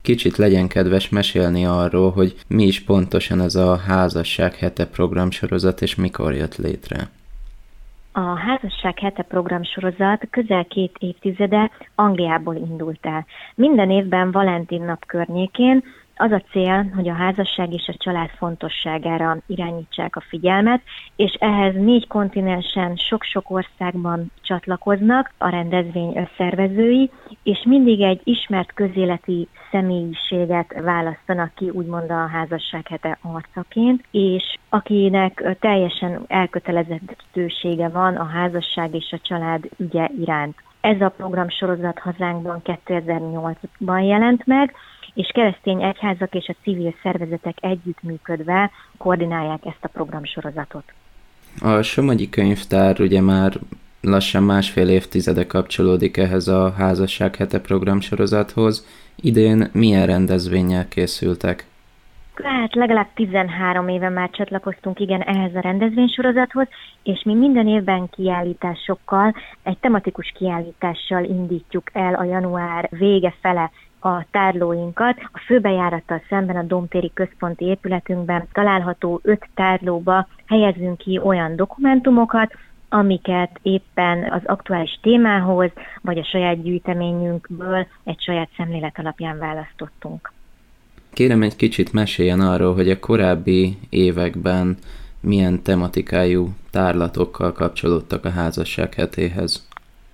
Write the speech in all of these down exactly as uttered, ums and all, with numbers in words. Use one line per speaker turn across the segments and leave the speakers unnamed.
Kicsit legyen kedves mesélni arról, hogy mi is pontosan ez a Házasság hete programsorozat, és mikor jött létre.
A Házasság hete programsorozat közel két évtizede Angliából indult el. Minden évben Valentin nap környékén az a cél, hogy a házasság és a család fontosságára irányítsák a figyelmet, és ehhez négy kontinensen sok-sok országban csatlakoznak a rendezvény szervezői, és mindig egy ismert közéleti személyiséget választanak ki, úgymond a Házasság hete arcaként, és akinek teljesen elkötelezettsége van a házasság és a család ügye iránt. Ez a programsorozat hazánkban kétezer-nyolcban jelent meg, és keresztény egyházak és a civil szervezetek együttműködve koordinálják ezt a programsorozatot.
A Somogyi Könyvtár ugye már lassan másfél évtizede kapcsolódik ehhez a Házasság hete programsorozathoz. Idén milyen rendezvénnyel készültek?
Hát legalább tizenhárom éve már csatlakoztunk igen ehhez a rendezvénysorozathoz, és mi minden évben kiállításokkal, egy tematikus kiállítással indítjuk el a január vége fele a tárlóinkat. A főbejárattal szemben a Domtéri központi épületünkben található öt tárlóba helyezünk ki olyan dokumentumokat, amiket éppen az aktuális témához, vagy a saját gyűjteményünkből egy saját szemlélet alapján választottunk.
Kérem, egy kicsit meséljen arról, hogy a korábbi években milyen tematikájú tárlatokkal kapcsolódtak a Házasság hetéhez.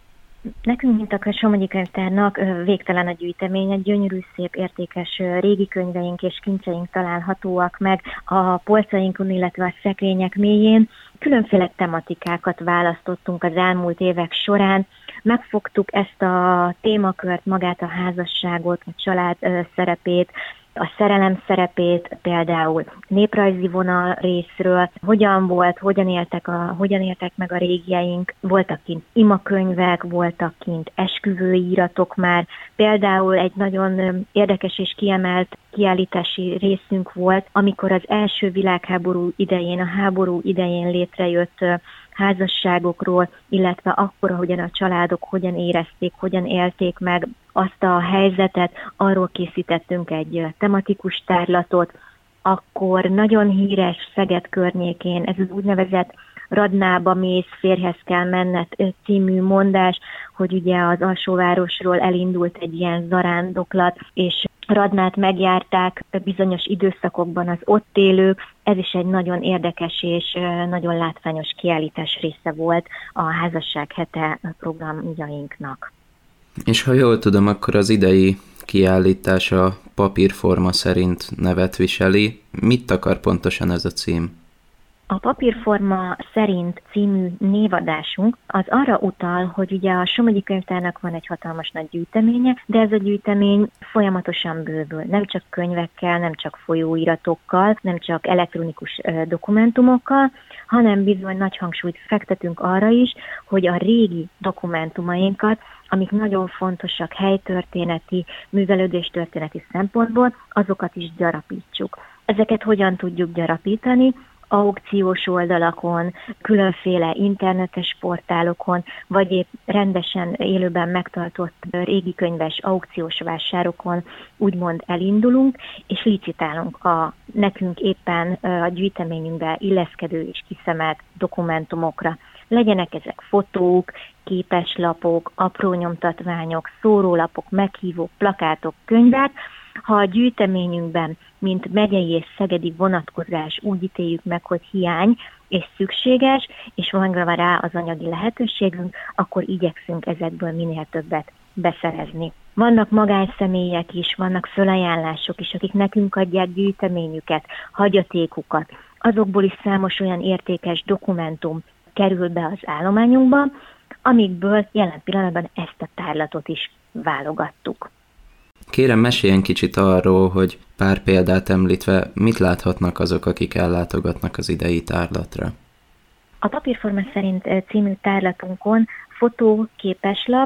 Nekünk, mint a Somogyi Könyvtárnak végtelen a gyűjteménye, gyönyörű, szép, értékes régi könyveink és kincseink találhatóak meg a polcainkon, illetve a szekrények mélyén. Különféle tematikákat választottunk az elmúlt évek során, megfogtuk ezt a témakört, magát a házasságot, a család szerepét, a szerelem szerepét, például néprajzi vonal részről, hogyan volt, hogyan éltek, a, hogyan éltek meg a régieink, voltak kint imakönyvek, voltak kint esküvői iratok már, például egy nagyon érdekes és kiemelt kiállítási részünk volt, amikor az első világháború idején, a háború idején létrejött házasságokról, illetve akkor, ahogyan a családok hogyan érezték, hogyan élték meg azt a helyzetet, arról készítettünk egy tematikus tárlatot, akkor nagyon híres Szeged környékén, ez az úgynevezett Radnába mész, férjhez kell menned című mondás, hogy ugye az alsóvárosról elindult egy ilyen zarándoklat, és Radnát megjárták bizonyos időszakokban az ott élők. Ez is egy nagyon érdekes és nagyon látványos kiállítás része volt a Házasság hete programjainknak.
És ha jól tudom, akkor az idei kiállítás a Papírforma szerint nevet viseli. Mit akar pontosan ez a cím?
A Papírforma szerint című névadásunk az arra utal, hogy ugye a Somogyi Könyvtárnak van egy hatalmas nagy gyűjteménye, de ez a gyűjtemény folyamatosan bővül. Nem csak könyvekkel, nem csak folyóiratokkal, nem csak elektronikus dokumentumokkal, hanem bizony nagy hangsúlyt fektetünk arra is, hogy a régi dokumentumainkat, amik nagyon fontosak helytörténeti, művelődéstörténeti szempontból, azokat is gyarapítsuk. Ezeket hogyan tudjuk gyarapítani? Aukciós oldalakon, különféle internetes portálokon, vagy épp rendesen élőben megtartott régi könyves aukciós vásárokon úgymond elindulunk, és licitálunk a nekünk éppen a gyűjteményünkbe illeszkedő és kiszemelt dokumentumokra. Legyenek ezek fotók, képeslapok, apró nyomtatványok, szórólapok, meghívók, plakátok, könyvek. Ha a gyűjteményünkben, mint megyei és szegedi vonatkozás úgy ítéljük meg, hogy hiány és szükséges, és van rá az anyagi lehetőségünk, akkor igyekszünk ezekből minél többet beszerezni. Vannak magánszemélyek is, vannak fölajánlások is, akik nekünk adják gyűjteményüket, hagyatékukat. Azokból is számos olyan értékes dokumentum kerül be az állományunkba, amikből jelen pillanatban ezt a tárlatot is válogattuk.
Kérem, meséljen kicsit arról, hogy pár példát említve, mit láthatnak azok, akik ellátogatnak az idei tárlatra.
A Papírforma szerint című tárlatunkon fotó, képeslap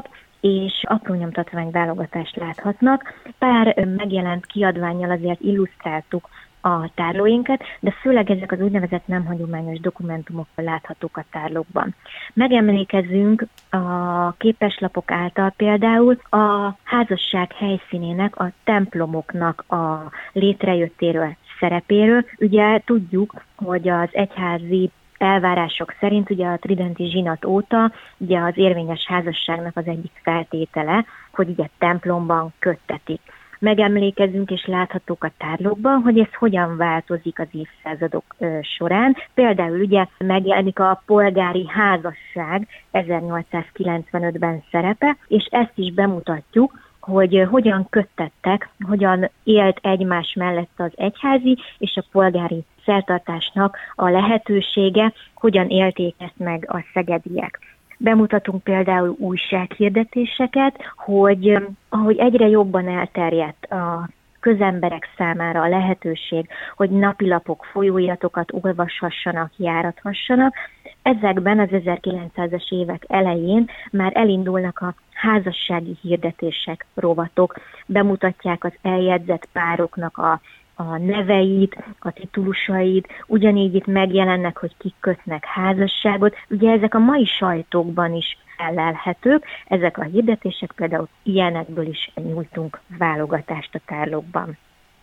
és apró nyomtatványválogatást láthatnak. Pár megjelent kiadvánnyal azért illusztráltuk a tárlóinkat, de főleg ezek az úgynevezett nem hagyományos dokumentumok láthatók a tárlókban. Megemlékezünk a képeslapok által például a házasság helyszínének, a templomoknak a létrejöttéről, szerepéről. Ugye tudjuk, hogy az egyházi elvárások szerint ugye a tridenti zsinat óta ugye az érvényes házasságnak az egyik feltétele, hogy ugye templomban köttetik. Megemlékezünk és láthatók a tárlókban, hogy ez hogyan változik az évszázadok ö, során. Például ugye megjelenik a polgári házasság ezernyolcszázkilencvenötben szerepe, és ezt is bemutatjuk, hogy hogyan köttettek, hogyan élt egymás mellett az egyházi és a polgári szertartásnak a lehetősége, hogyan élték ezt meg a szegediek. Bemutatunk például újsághirdetéseket, hogy ahogy egyre jobban elterjedt a közemberek számára a lehetőség, hogy napilapok, folyóiratokat olvashassanak, járathassanak, ezekben az ezerkilencszázas évek elején már elindulnak a házassági hirdetések, rovatok, bemutatják az eljegyzett pároknak a a neveit, a titulusait, ugyanígy itt megjelennek, hogy kik kötnek házasságot. Ugye ezek a mai sajtókban is fellelhetők, ezek a hirdetések, például ilyenekből is nyújtunk válogatást a tárlókban.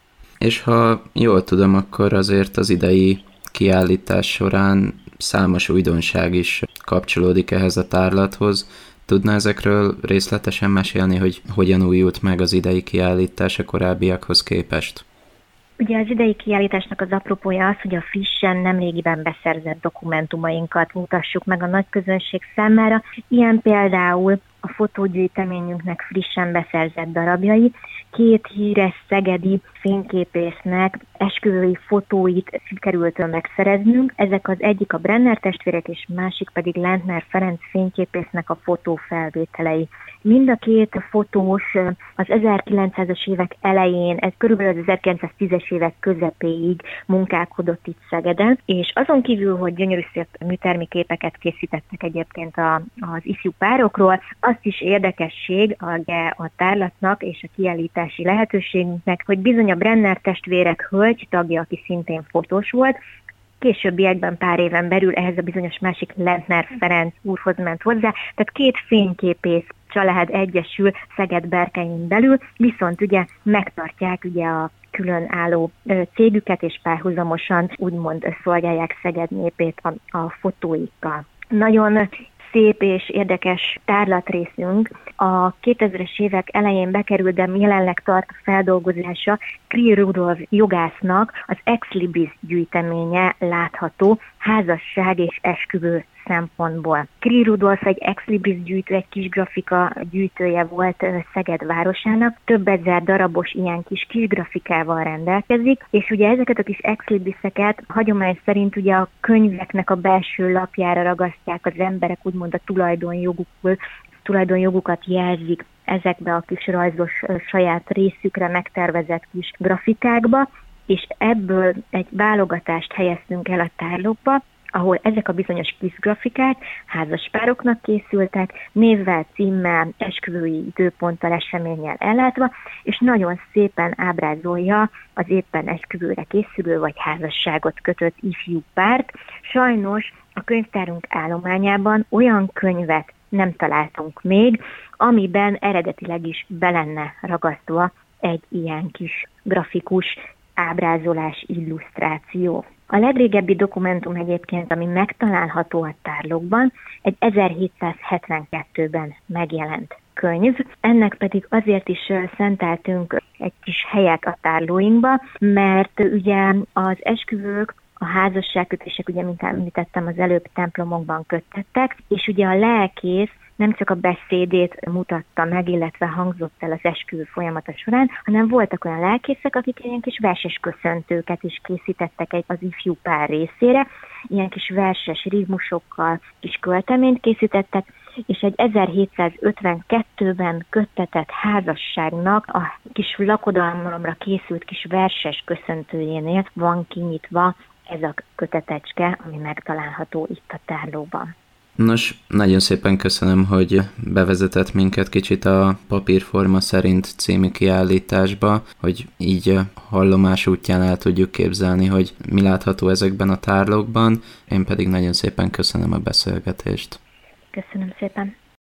És ha jól tudom, akkor azért az idei kiállítás során számos újdonság is kapcsolódik ehhez a tárlathoz. Tudna ezekről részletesen mesélni, hogy hogyan újult meg az idei kiállítás a korábbiakhoz képest?
Ugye az idei kiállításnak az apropója az, hogy a frissen, nemrégiben beszerzett dokumentumainkat mutassuk meg a nagy közönség számára. Ilyen például a fotógyűjteményünknek frissen beszerzett darabjai, két híres szegedi fényképésznek esküvői fotóit sikerült megszereznünk. Ezek az egyik a Brenner testvérek, és másik pedig Lentner Ferenc fényképésznek a fotófelvételei. Mind a két fotós az ezerkilencszázas évek elején, ez körülbelül az ezerkilencszáztízes évek közepéig munkálkodott itt Szegeden, és azon kívül, hogy gyönyörű szép műtermi képeket készítettek egyébként a, az ifjú párokról, azt is érdekesség a, a tárlatnak és a kiállítási lehetőségünknek, hogy bizony a Brenner testvérek hölgy tagja, aki szintén fotós volt, későbbiekben pár éven belül ehhez a bizonyos másik Lentner Ferenc úrhoz ment hozzá, tehát két fényképész család egyesül Szeged berkein belül, viszont ugye megtartják ugye a különálló cégüket, és párhuzamosan úgymond szolgálják Szeged népét a, a fotóikkal. Nagyon szép és érdekes tárlatrészünk a kétezres évek elején bekerült, de jelenleg tart a feldolgozása, Kri Rudolf jogásznak az Ex Libris gyűjteménye látható házasság és esküvő szempontból. Kri Rudolf egy Ex Libris gyűjtő, egy kis grafika gyűjtője volt Szeged városának, több ezer darabos ilyen kis kis grafikával rendelkezik, és ugye ezeket a kis Ex Libriseket hagyomány szerint ugye a könyveknek a belső lapjára ragasztják az emberek, úgymond a tulajdonjogukból, tulajdonjogukat jelzik ezekbe a kis rajzos saját részükre megtervezett kis grafikákba, és ebből egy válogatást helyeztünk el a tárlókba, ahol ezek a bizonyos kis grafikák házaspároknak készültek, névvel, címmel, esküvői időponttal, eseménnyel ellátva, és nagyon szépen ábrázolja az éppen esküvőre készülő vagy házasságot kötött ifjú párt. Sajnos a könyvtárunk állományában olyan könyvet nem találtunk még, amiben eredetileg is be lenne ragasztva egy ilyen kis grafikus ábrázolás, illusztráció. A legrégebbi dokumentum egyébként, ami megtalálható a tárlókban, egy ezerhétszázhetvenkettőben megjelent könyv. Ennek pedig azért is szenteltünk egy kis helyet a tárlóinkba, mert ugye az esküvők, a házasságkötések, ugye, mint említettem, az előbb templomokban köttettek, és ugye a lelkész nem csak a beszédét mutatta meg, illetve hangzott el az esküvő folyamata során, hanem voltak olyan lelkészek, akik ilyen kis verses köszöntőket is készítettek egy az ifjú pár részére, ilyen kis verses ritmusokkal kis költeményt készítettek, és egy ezerhétszázötvenkettőben köttetett házasságnak a kis lakodalomra készült kis verses köszöntőjénél van kinyitva ez a kötetecske, ami megtalálható itt a tárlóban.
Nos, nagyon szépen köszönöm, hogy bevezetett minket kicsit a Papírforma szerint című kiállításba, hogy így hallomás útján el tudjuk képzelni, hogy mi látható ezekben a tárlókban. Én pedig nagyon szépen köszönöm a beszélgetést.
Köszönöm szépen.